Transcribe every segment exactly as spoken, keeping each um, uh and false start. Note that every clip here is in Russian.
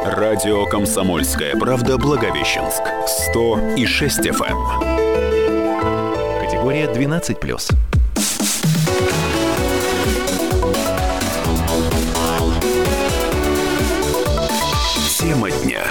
Радио «Комсомольская правда» Благовещенск. сто и шесть эф эм. Категория двенадцать плюс. Тема дня.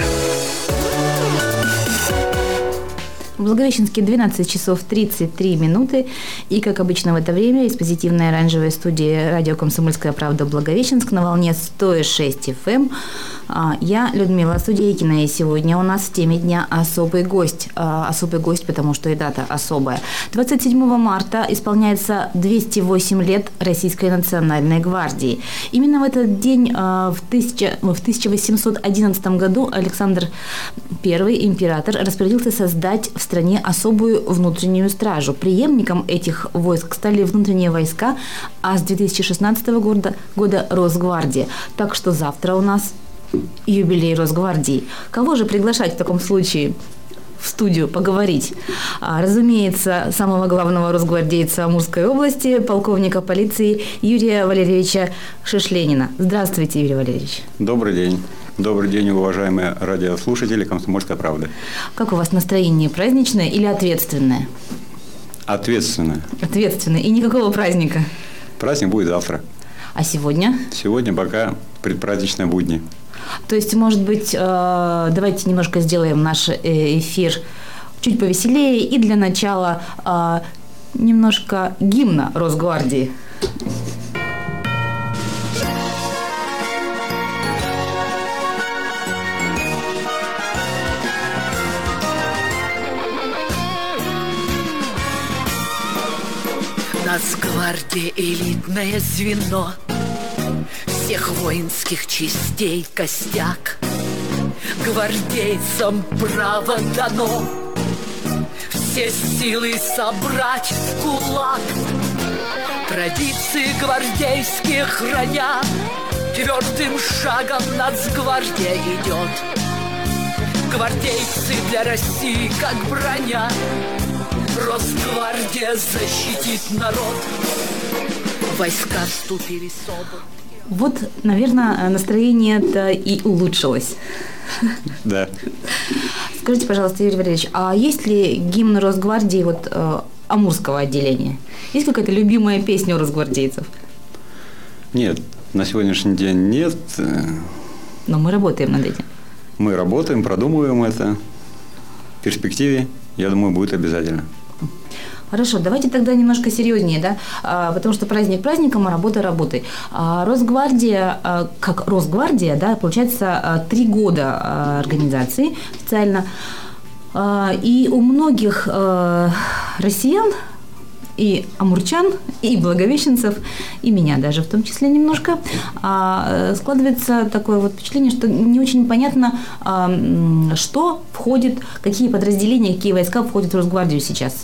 В Благовещенске двенадцать часов тридцать три минуты. И, как обычно в это время, из позитивной оранжевой студии радио «Комсомольская правда» Благовещенск на волне сто и шесть эф эм. Я, Людмила Судейкина, и сегодня у нас в теме дня особый гость. Особый гость, потому что и дата особая. двадцать седьмого марта исполняется двести восемь лет Российской национальной гвардии. Именно в этот день в тысяча восемьсот одиннадцатом году Александр Первый, император, распорядился создать в стране особую внутреннюю стражу. Преемником этих войск стали внутренние войска, а с две тысячи шестнадцатого года, года Росгвардия. Так что завтра у нас юбилей Росгвардии. Кого же приглашать в таком случае в студию поговорить? А, разумеется, самого главного росгвардейца Амурской области, полковника полиции Юрия Валерьевича Шишленина. Здравствуйте, Юрий Валерьевич. Добрый день. Добрый день, уважаемые радиослушатели «Комсомольской правды». Как у вас настроение, праздничное или ответственное? Ответственное. Ответственное. И никакого праздника? Праздник будет завтра. А сегодня? Сегодня пока предпраздничные будни. То есть, может быть, давайте немножко сделаем наш эфир чуть повеселее. И для начала немножко гимна Росгвардии. Нацгвардия — элитное звено всех воинских частей костяк. Гвардейцам право дано все силы собрать в кулак. Традиции гвардейские храня, твердым шагом Нацгвардия идет. Гвардейцы для России как броня, Росгвардия защитит народ. Войска вступили с обороны. Вот, наверное, настроение-то и улучшилось. Да. Скажите, пожалуйста, Юрий Валерьевич, а есть ли гимн Росгвардии вот, э, Амурского отделения? Есть какая-то любимая песня у росгвардейцев? Нет, на сегодняшний день нет. Но мы работаем над этим. Мы работаем, продумываем это. В перспективе, я думаю, будет обязательно. Хорошо, давайте тогда немножко серьезнее, да, а, потому что праздник праздником, а работа работой. А Росгвардия, а, как Росгвардия, да, получается, а, три года а, организации официально, а, и у многих а, россиян, и амурчан, и благовещенцев, и меня даже в том числе немножко, а, складывается такое вот впечатление, что не очень понятно, а, что входит, какие подразделения, какие войска входят в Росгвардию сейчас.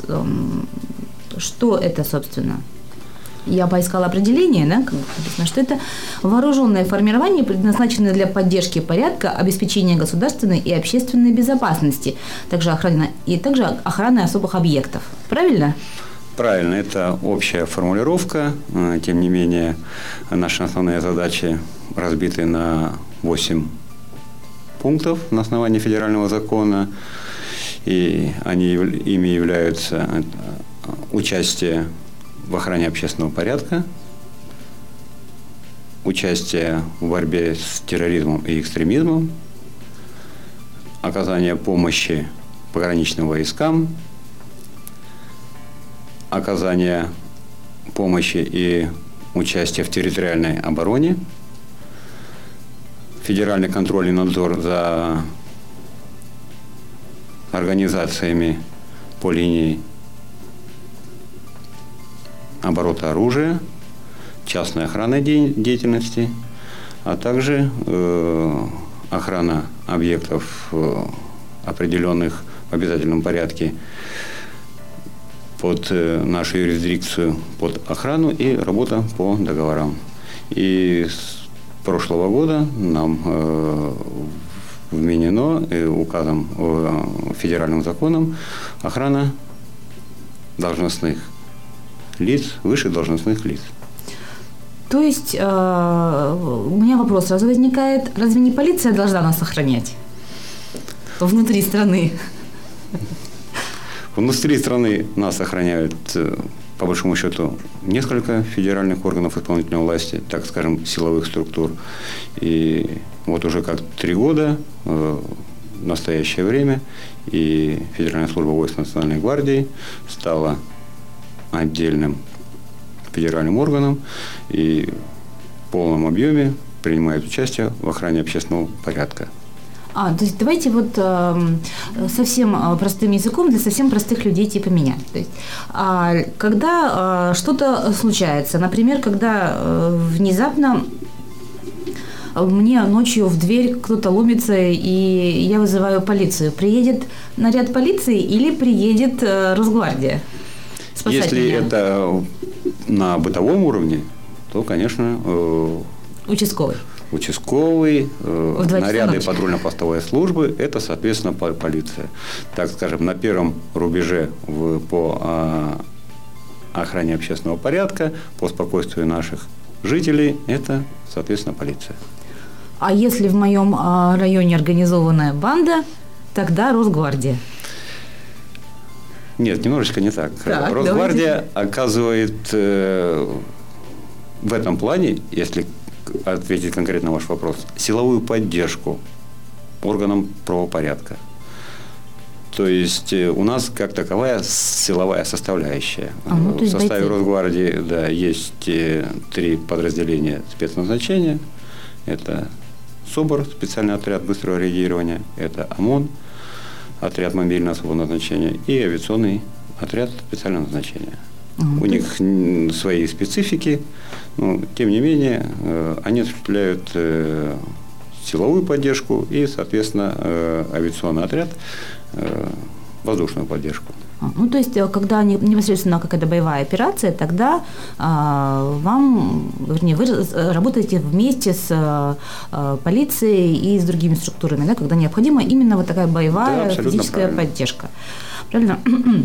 Что это, собственно? Я поискала определение, да, как написано, что это вооруженное формирование, предназначенное для поддержки порядка, обеспечения государственной и общественной безопасности, также охрана, и также охраны особых объектов. Правильно? Правильно, это общая формулировка. Тем не менее, наши основные задачи разбиты на восемь пунктов на основании федерального закона. И они, ими являются участие в охране общественного порядка, участие в борьбе с терроризмом и экстремизмом, оказание помощи пограничным войскам, оказание помощи и участие в территориальной обороне, федеральный контроль и надзор за организациями по линии оборота оружия, частной охранной деятельности, а также э, охрана объектов, э, определенных в обязательном порядке под э, нашу юрисдикцию, под охрану и работа по договорам. И с прошлого года нам э, вменено э, указом, э, федеральным законом охрана должностных лиц, высших должностных лиц. То есть э, у меня вопрос сразу возникает. Разве не полиция должна нас охранять внутри страны? Внутри страны нас охраняют, по большому счету, несколько федеральных органов исполнительной власти, так скажем, силовых структур. И вот уже как три года в настоящее время и Федеральная служба войск Национальной гвардии стала отдельным федеральным органом и в полном объеме принимает участие в охране общественного порядка. А, то есть давайте вот э, совсем простым языком для совсем простых людей типа меня. То есть, а, когда э, что-то случается, например, когда э, внезапно мне ночью в дверь кто-то ломится, и я вызываю полицию. Приедет наряд полиции или приедет э, Росгвардия спасать Если меня? это на бытовом уровне, то, конечно, э, Участковый. участковый, э, наряды ночи. патрульно-постовой службы – это, соответственно, по- полиция. Так скажем, на первом рубеже в, по а, охране общественного порядка, по спокойствию наших жителей – это, соответственно, полиция. А если в моем а, районе организованная банда, тогда Росгвардия. Нет, немножечко не так. Так, Росгвардия оказывает э, в этом плане, если ответить конкретно на ваш вопрос, силовую поддержку органам правопорядка. То есть э, у нас как таковая силовая составляющая. А, ну, то в есть составе бойцы. Росгвардии да, есть э, три подразделения спецназначения. Это СОБР, специальный отряд быстрого реагирования, это ОМОН, отряд мобильного особого назначения, и авиационный отряд специального назначения. Угу. У них м, свои специфики, но тем не менее э, они осуществляют э, силовую поддержку и, соответственно, э, авиационный отряд э, воздушную поддержку. А, ну, то есть, когда не- непосредственно какая-то боевая операция, тогда а, вам, вернее, вы раз- работаете вместе с а, полицией и с другими структурами, да, когда необходима именно вот такая Да, боевая абсолютно физическая правильно. поддержка. Правильно?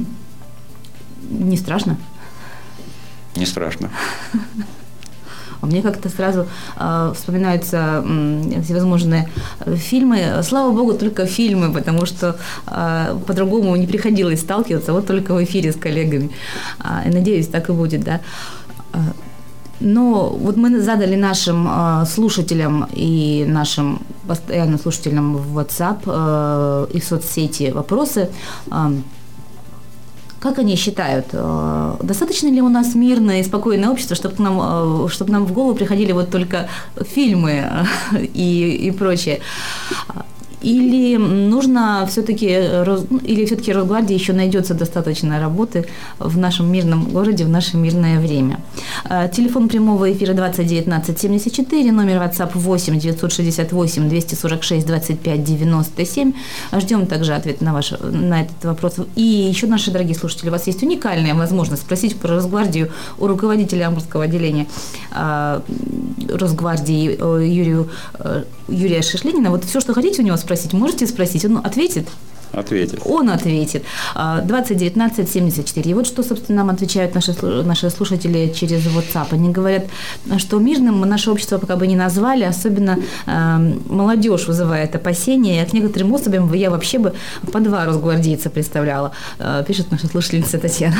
Не страшно? Не страшно. А мне как-то сразу э, вспоминаются м, всевозможные фильмы. Слава богу, только фильмы, потому что э, по-другому не приходилось сталкиваться, вот только в эфире с коллегами. А, и надеюсь, так и будет, да. А, Но вот мы задали нашим э, слушателям и нашим постоянным слушателям в WhatsApp э, и в соцсети вопросы. Э, Как они считают, э, достаточно ли у нас мирное и спокойное общество, чтобы к нам, э, чтобы нам в голову приходили вот только фильмы э, и, и прочее? Или нужно все-таки, или все-таки Росгвардии еще найдется достаточно работы в нашем мирном городе, в наше мирное время? Телефон прямого эфира двадцать девятнадцать семьдесят четыре, номер WhatsApp восемь девятьсот шестьдесят восемь двести сорок шесть двадцать пять девяносто семь. Ждем также ответ на, ваш, на этот вопрос. И еще, наши дорогие слушатели, у вас есть уникальная возможность спросить про Росгвардию у руководителя Амурского отделения Росгвардии Юрию, Юрия Шишлинина. Вот все, что хотите у него спросить, можете спросить. Он ответит? Ответит. Он ответит. двадцать девятнадцать семьдесят четыре. И вот что, собственно, нам отвечают наши, наши слушатели через WhatsApp. Они говорят, что мирным наше общество пока бы не назвали, особенно э, молодежь вызывает опасения. К некоторым особям я вообще бы по два росгвардейца представляла, э, пишет наша слушательница Татьяна.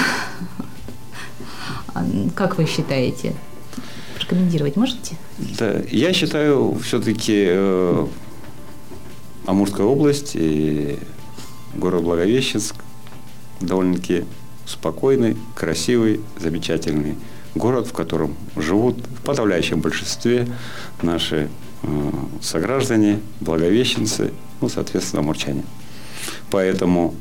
Как вы считаете? Прокомментировать можете? Да, я считаю, все-таки э, Амурская область и город Благовещенск довольно-таки спокойный, красивый, замечательный город, в котором живут в подавляющем большинстве наши э, сограждане, благовещенцы, ну, соответственно, амурчане. Поэтому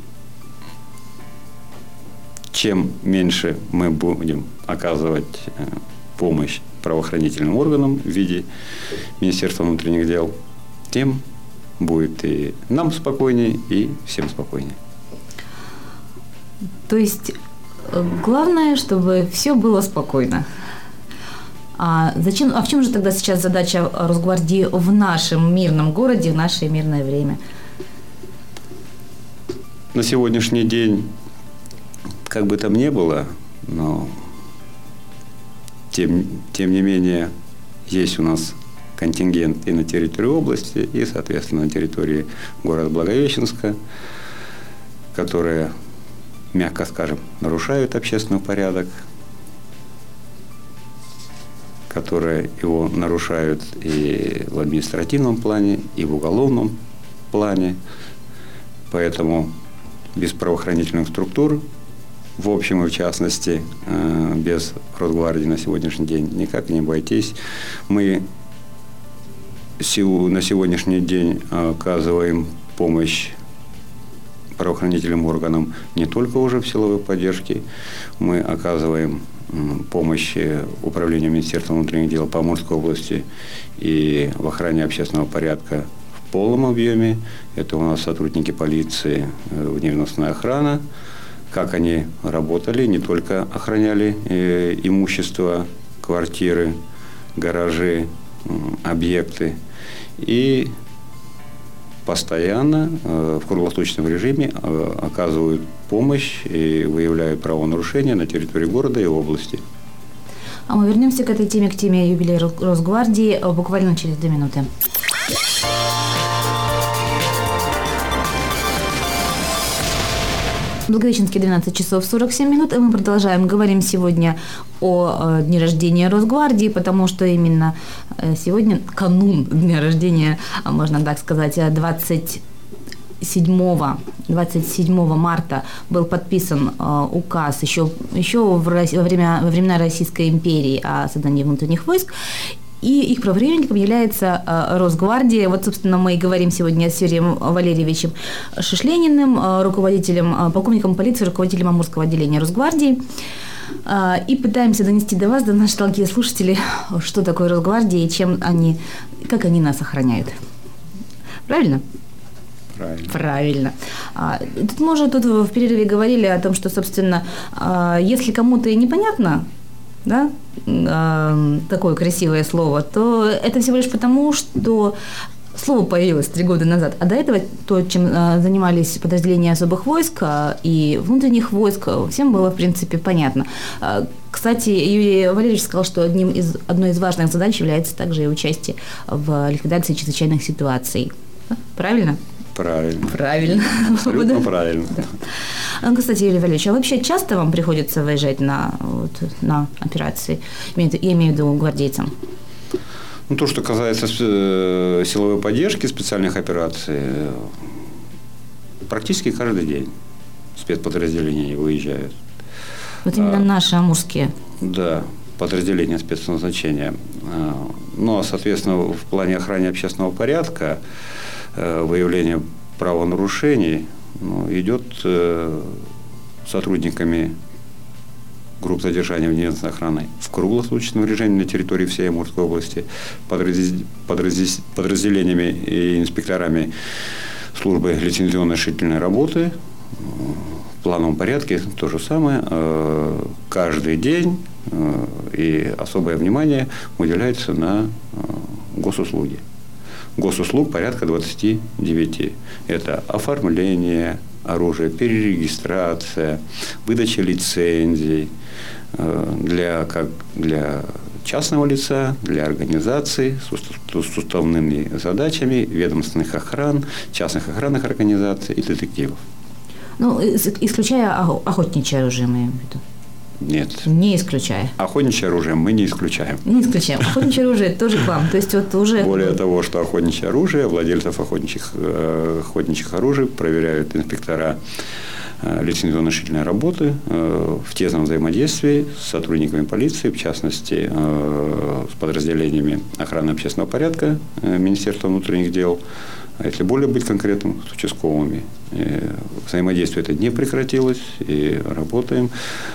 чем меньше мы будем оказывать э, помощь правоохранительным органам в виде Министерства внутренних дел, тем будет и нам спокойнее, и всем спокойнее. То есть главное, чтобы все было спокойно. А зачем? А в чем же тогда сейчас задача Росгвардии в нашем мирном городе, в наше мирное время? На сегодняшний день, как бы там ни было, но тем, тем не менее есть у нас контингент и на территории области, и, соответственно, на территории города Благовещенска, которые, мягко скажем, нарушают общественный порядок, которые его нарушают и в административном плане, и в уголовном плане. Поэтому без правоохранительных структур, в общем и в частности, без Росгвардии на сегодняшний день никак не обойтись. Мы на сегодняшний день оказываем помощь правоохранительным органам не только уже в силовой поддержке, мы оказываем помощь Управлению Министерства внутренних дел по Амурской области и в охране общественного порядка в полном объеме. Это у нас сотрудники полиции, вневедомственная охрана. Как они работали, не только охраняли э, имущество, квартиры, гаражи, э, объекты, и постоянно э, в круглосуточном режиме э, оказывают помощь и выявляют правонарушения на территории города и области. А мы вернемся к этой теме, к теме юбилея Росгвардии буквально через две минуты. В Благовещенске двенадцать часов сорок семь минут, и мы продолжаем. Говорим сегодня о э, дне рождения Росгвардии, потому что именно э, сегодня канун дня рождения, можно так сказать, двадцать седьмого марта был подписан э, указ еще, еще в, во, время, во времена Российской империи о создании внутренних войск. И их правопреемником является э, Росгвардия. Вот, собственно, мы и говорим сегодня с Юрием Валерьевичем Шишлениным, э, руководителем, э, полковником полиции, руководителем Амурского отделения Росгвардии. Э, и пытаемся донести до вас, до наших дорогие слушатели, что такое Росгвардия и чем они, как они нас охраняют. Правильно? Правильно. Правильно. А, тут мы уже тут в перерыве говорили о том, что, собственно, э, если кому-то и непонятно, да, э, такое красивое слово, то это всего лишь потому, что слово появилось три года назад, а до этого то, чем э, занимались подразделения особых войск э, и внутренних войск, всем было, в принципе, понятно. Э, кстати, Юрий Валерьевич сказал, что одним из, одной из важных задач является также и участие в ликвидации чрезвычайных ситуаций. Правильно? Правильно. Правильно. Абсолютно правильно. Да. Кстати, Юрий Валерьевич, а вообще часто вам приходится выезжать на, вот, на операции? Я имею в виду гвардейцам. Ну, то, что касается силовой поддержки специальных операций, практически каждый день спецподразделения выезжают. Вот именно а, наши амурские. Да, подразделения спецназначения. Ну, а, соответственно, в плане охраны общественного порядка, выявления правонарушений, ну, идет э, сотрудниками групп задержания вневедомственной охраны в круглосуточном режиме на территории всей Амурской области, подраз... Подраз... подразделениями и инспекторами службы лицензионно-решительной работы. В плановом порядке то же самое. Э, каждый день э, и особое внимание уделяется на э, госуслуги. Госуслуг порядка двадцати девяти. Это оформление оружия, перерегистрация, выдача лицензий для, как для частного лица, для организаций с уставными задачами, ведомственных охран, частных охранных организаций и детективов. Ну, исключая охотничье оружие, мы имеем в виду. Нет. Не исключая. Охотничье оружие мы не исключаем. Не исключаем. Охотничье оружие тоже к вам. То есть вот уже... Более того, что охотничье оружие, владельцев охотничьих, охотничьих оружий проверяют инспектора лицензионно-решительной работы в тесном взаимодействии с сотрудниками полиции, в частности, с подразделениями охраны общественного порядка Министерства внутренних дел, а если более быть конкретным, с участковыми. И взаимодействие это не прекратилось, и работаем.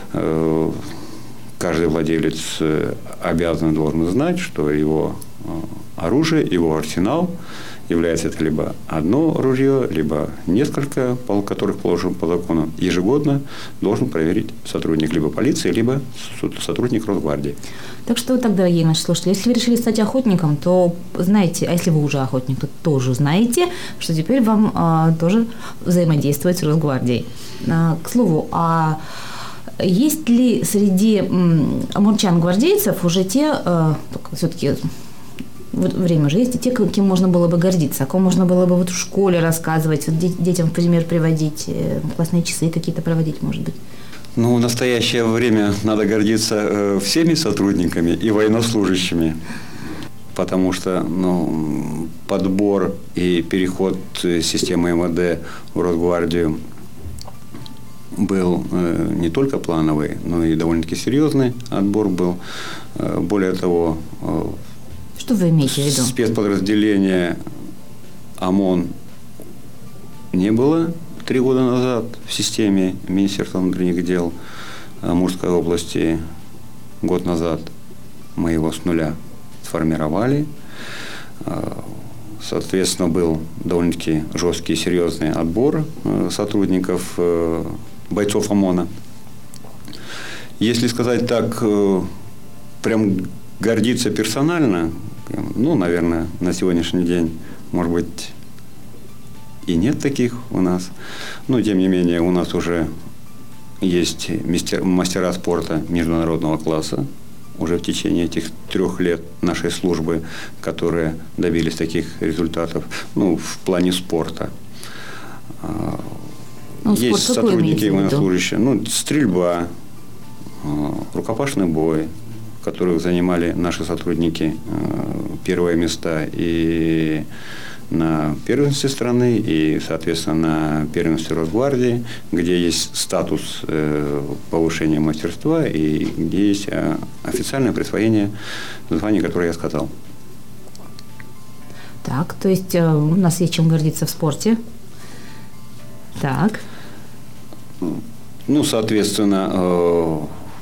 Каждый владелец обязан, должен знать, что его оружие, его арсенал является это либо одно ружье, либо несколько, которых положено по закону. Ежегодно должен проверить сотрудник либо полиции, либо сотрудник Росгвардии. Так что так, дорогие наши слушатели, если вы решили стать охотником, то знаете, а если вы уже охотник, то тоже знаете, что теперь вам а, тоже взаимодействовать с Росгвардией. А, к слову, а есть ли среди м, амурчан-гвардейцев уже те, а, все-таки вот время уже есть, и те, кем можно было бы гордиться, о ком можно было бы вот в школе рассказывать, вот детям в пример приводить, классные часы какие-то проводить, может быть? Ну, в настоящее время надо гордиться всеми сотрудниками и военнослужащими, потому что ну, подбор и переход системы МВД в Росгвардию был не только плановый, но и довольно-таки серьезный отбор был. Более того, что вы имеете в виду? Спецподразделения ОМОН не было три года назад в системе Министерства внутренних дел Амурской области. Год назад мы его с нуля сформировали. Соответственно, был довольно-таки жесткий и серьезный отбор сотрудников, бойцов ОМОНа. Если сказать так, прям гордиться персонально, ну, наверное, на сегодняшний день, может быть, и нет таких у нас. Но, тем не менее, у нас уже есть мастера спорта международного класса, уже в течение этих трех лет нашей службы, которые добились таких результатов, ну, в плане спорта. Ну, есть спорт сотрудники военнослужащие, ну, стрельба, рукопашный бой, в которых занимали наши сотрудники первые места и на первенстве страны, и, соответственно, на первенстве Росгвардии, где есть статус повышения мастерства и где есть официальное присвоение звания, которое я сказал. Так, то есть у нас есть чем гордиться в спорте. Так. Ну, соответственно,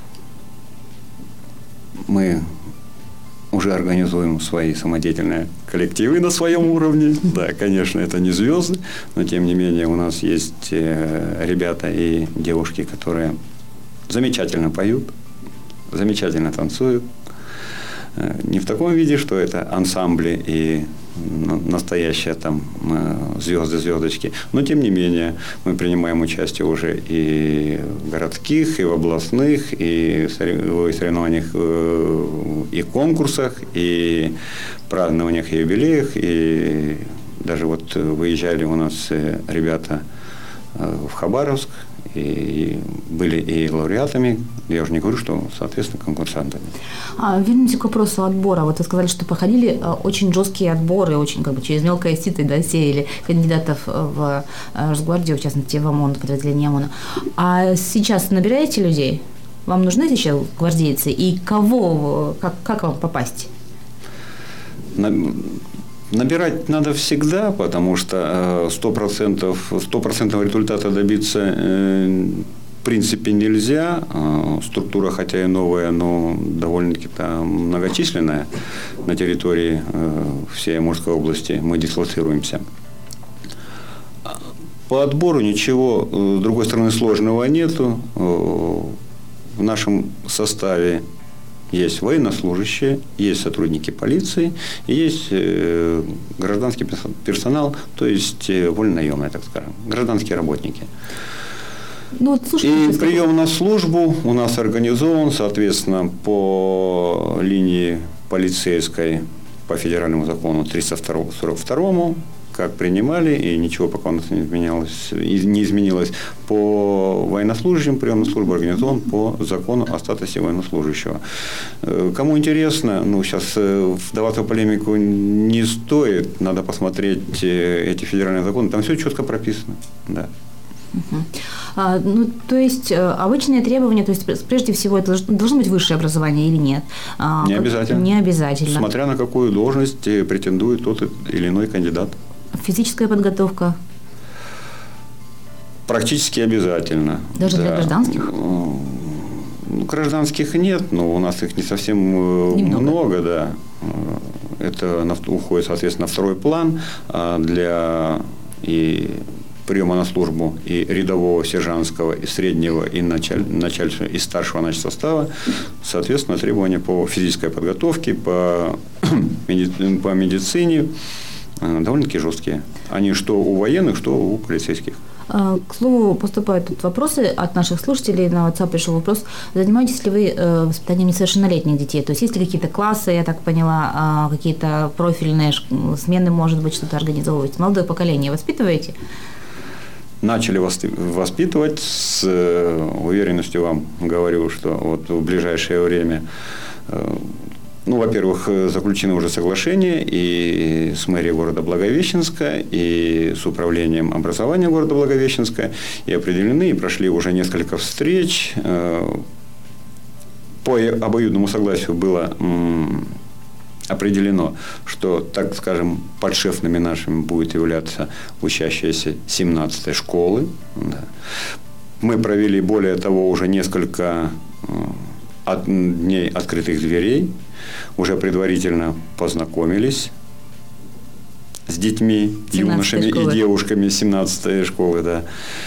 мы уже организуем свои самодеятельные коллективы на своем уровне. Да, конечно, это не звезды, но тем не менее у нас есть ребята и девушки, которые замечательно поют, замечательно танцуют. Не в таком виде, что это ансамбли и настоящие там звезды-звездочки, но тем не менее мы принимаем участие уже и в городских, и в областных, и в соревнованиях, и конкурсах, и празднованиях, и юбилеях, и даже вот выезжали у нас ребята в Хабаровск, и были и лауреатами, я уже не говорю, что, соответственно, конкурсантами. А, вернемся к вопросу отбора. Вот вы сказали, что проходили очень жесткие отборы, очень как бы через мелкое сито, да, сеяли кандидатов в Росгвардию, в частности, в ОМОН, в подразделение ОМОНа. А сейчас набираете людей? Вам нужны сейчас гвардейцы? И кого, как, как вам попасть? Набирать надо всегда, потому что сто процентов, сто процентов результата добиться в принципе нельзя. Структура, хотя и новая, но довольно-таки многочисленная на территории всей Амурской области. Мы дислоцируемся. По отбору ничего, с другой стороны, сложного нету. В нашем составе есть военнослужащие, есть сотрудники полиции, и есть э, гражданский персонал, то есть э, вольнонаемные, так скажем, гражданские работники. Ну, вот, слушайте, и прием на службу у нас организован, соответственно, по линии полицейской, по федеральному закону триста сорок два, как принимали, и ничего пока у нас не изменилось, не изменилось. По военнослужащим прием на службу организован по закону о статусе военнослужащего. Кому интересно, ну, сейчас вдаваться в полемику не стоит, надо посмотреть эти федеральные законы, там все четко прописано. Да. Угу. А, ну, то есть обычные требования, то есть прежде всего это должно быть высшее образование или нет? А, не обязательно. Не обязательно. Смотря на какую должность претендует тот или иной кандидат. Физическая подготовка? Практически обязательно. Даже да. для гражданских? Ну, гражданских нет, но у нас их не совсем Немного. много, да. Это уходит, соответственно, на второй план. А для и приема на службу и рядового, сержантского, и среднего, и началь, начальства, и старшего начальства состава, соответственно, требования по физической подготовке, по, меди, по медицине довольно-таки жесткие. Они что у военных, что у полицейских. К слову, поступают тут вопросы от наших слушателей. На WhatsApp пришел вопрос. Занимаетесь ли вы воспитанием несовершеннолетних детей? То есть есть ли какие-то классы, я так поняла, какие-то профильные смены, может быть, что-то организовываете? Молодое поколение воспитываете? Начали воспитывать. С уверенностью вам говорю, что вот в ближайшее время... Ну, во-первых, заключены уже соглашения и с мэрией города Благовещенска, и с управлением образования города Благовещенска, и определены, и прошли уже несколько встреч. По обоюдному согласию было определено, что, так скажем, подшефными нашими будет являться учащиеся семнадцатой школы. Мы провели, более того, уже несколько дней открытых дверей. Уже предварительно познакомились с детьми, юношами школы. И девушками семнадцатой школы. Да.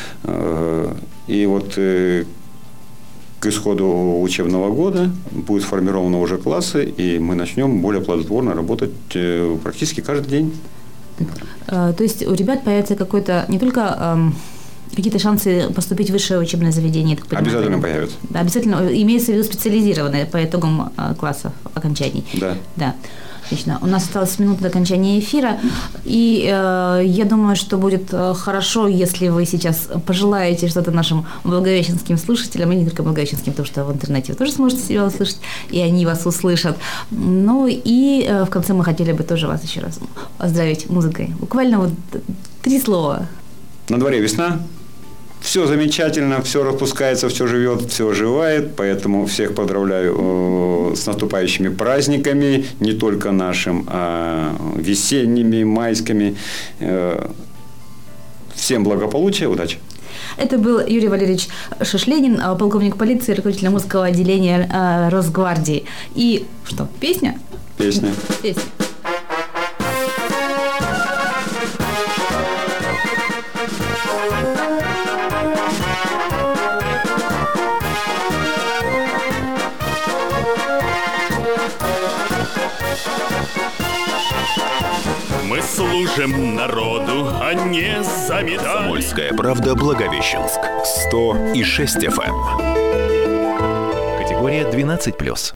И вот к исходу учебного года будут сформированы уже классы, и мы начнем более плодотворно работать практически каждый день. То есть у ребят появится какой-то не только... Какие-то шансы поступить в высшее учебное заведение, я так понимаю? Обязательно появятся. Да, обязательно. Имеется в виду специализированные по итогам классов окончаний. Да. Да. Отлично. У нас осталась минута до окончания эфира. И э, я думаю, что будет хорошо, если вы сейчас пожелаете что-то нашим благовещенским слушателям, и не только благовещенским, потому что в интернете вы тоже сможете себя услышать, и они вас услышат. Ну и э, в конце мы хотели бы тоже вас еще раз поздравить музыкой. Буквально вот три слова. На дворе весна. Все замечательно, все распускается, все живет, все оживает. Поэтому всех поздравляю с наступающими праздниками, не только нашим, а весенними, майскими. Всем благополучия, удачи. Это был Юрий Валерьевич Шишленин, полковник полиции, руководитель музыкального отделения Росгвардии. И что, песня? Песня. Песня. Мы служим народу, а не за медаль. Комсомольская правда, Благовещенск. сто и шесть эф эм. Категория двенадцать плюс.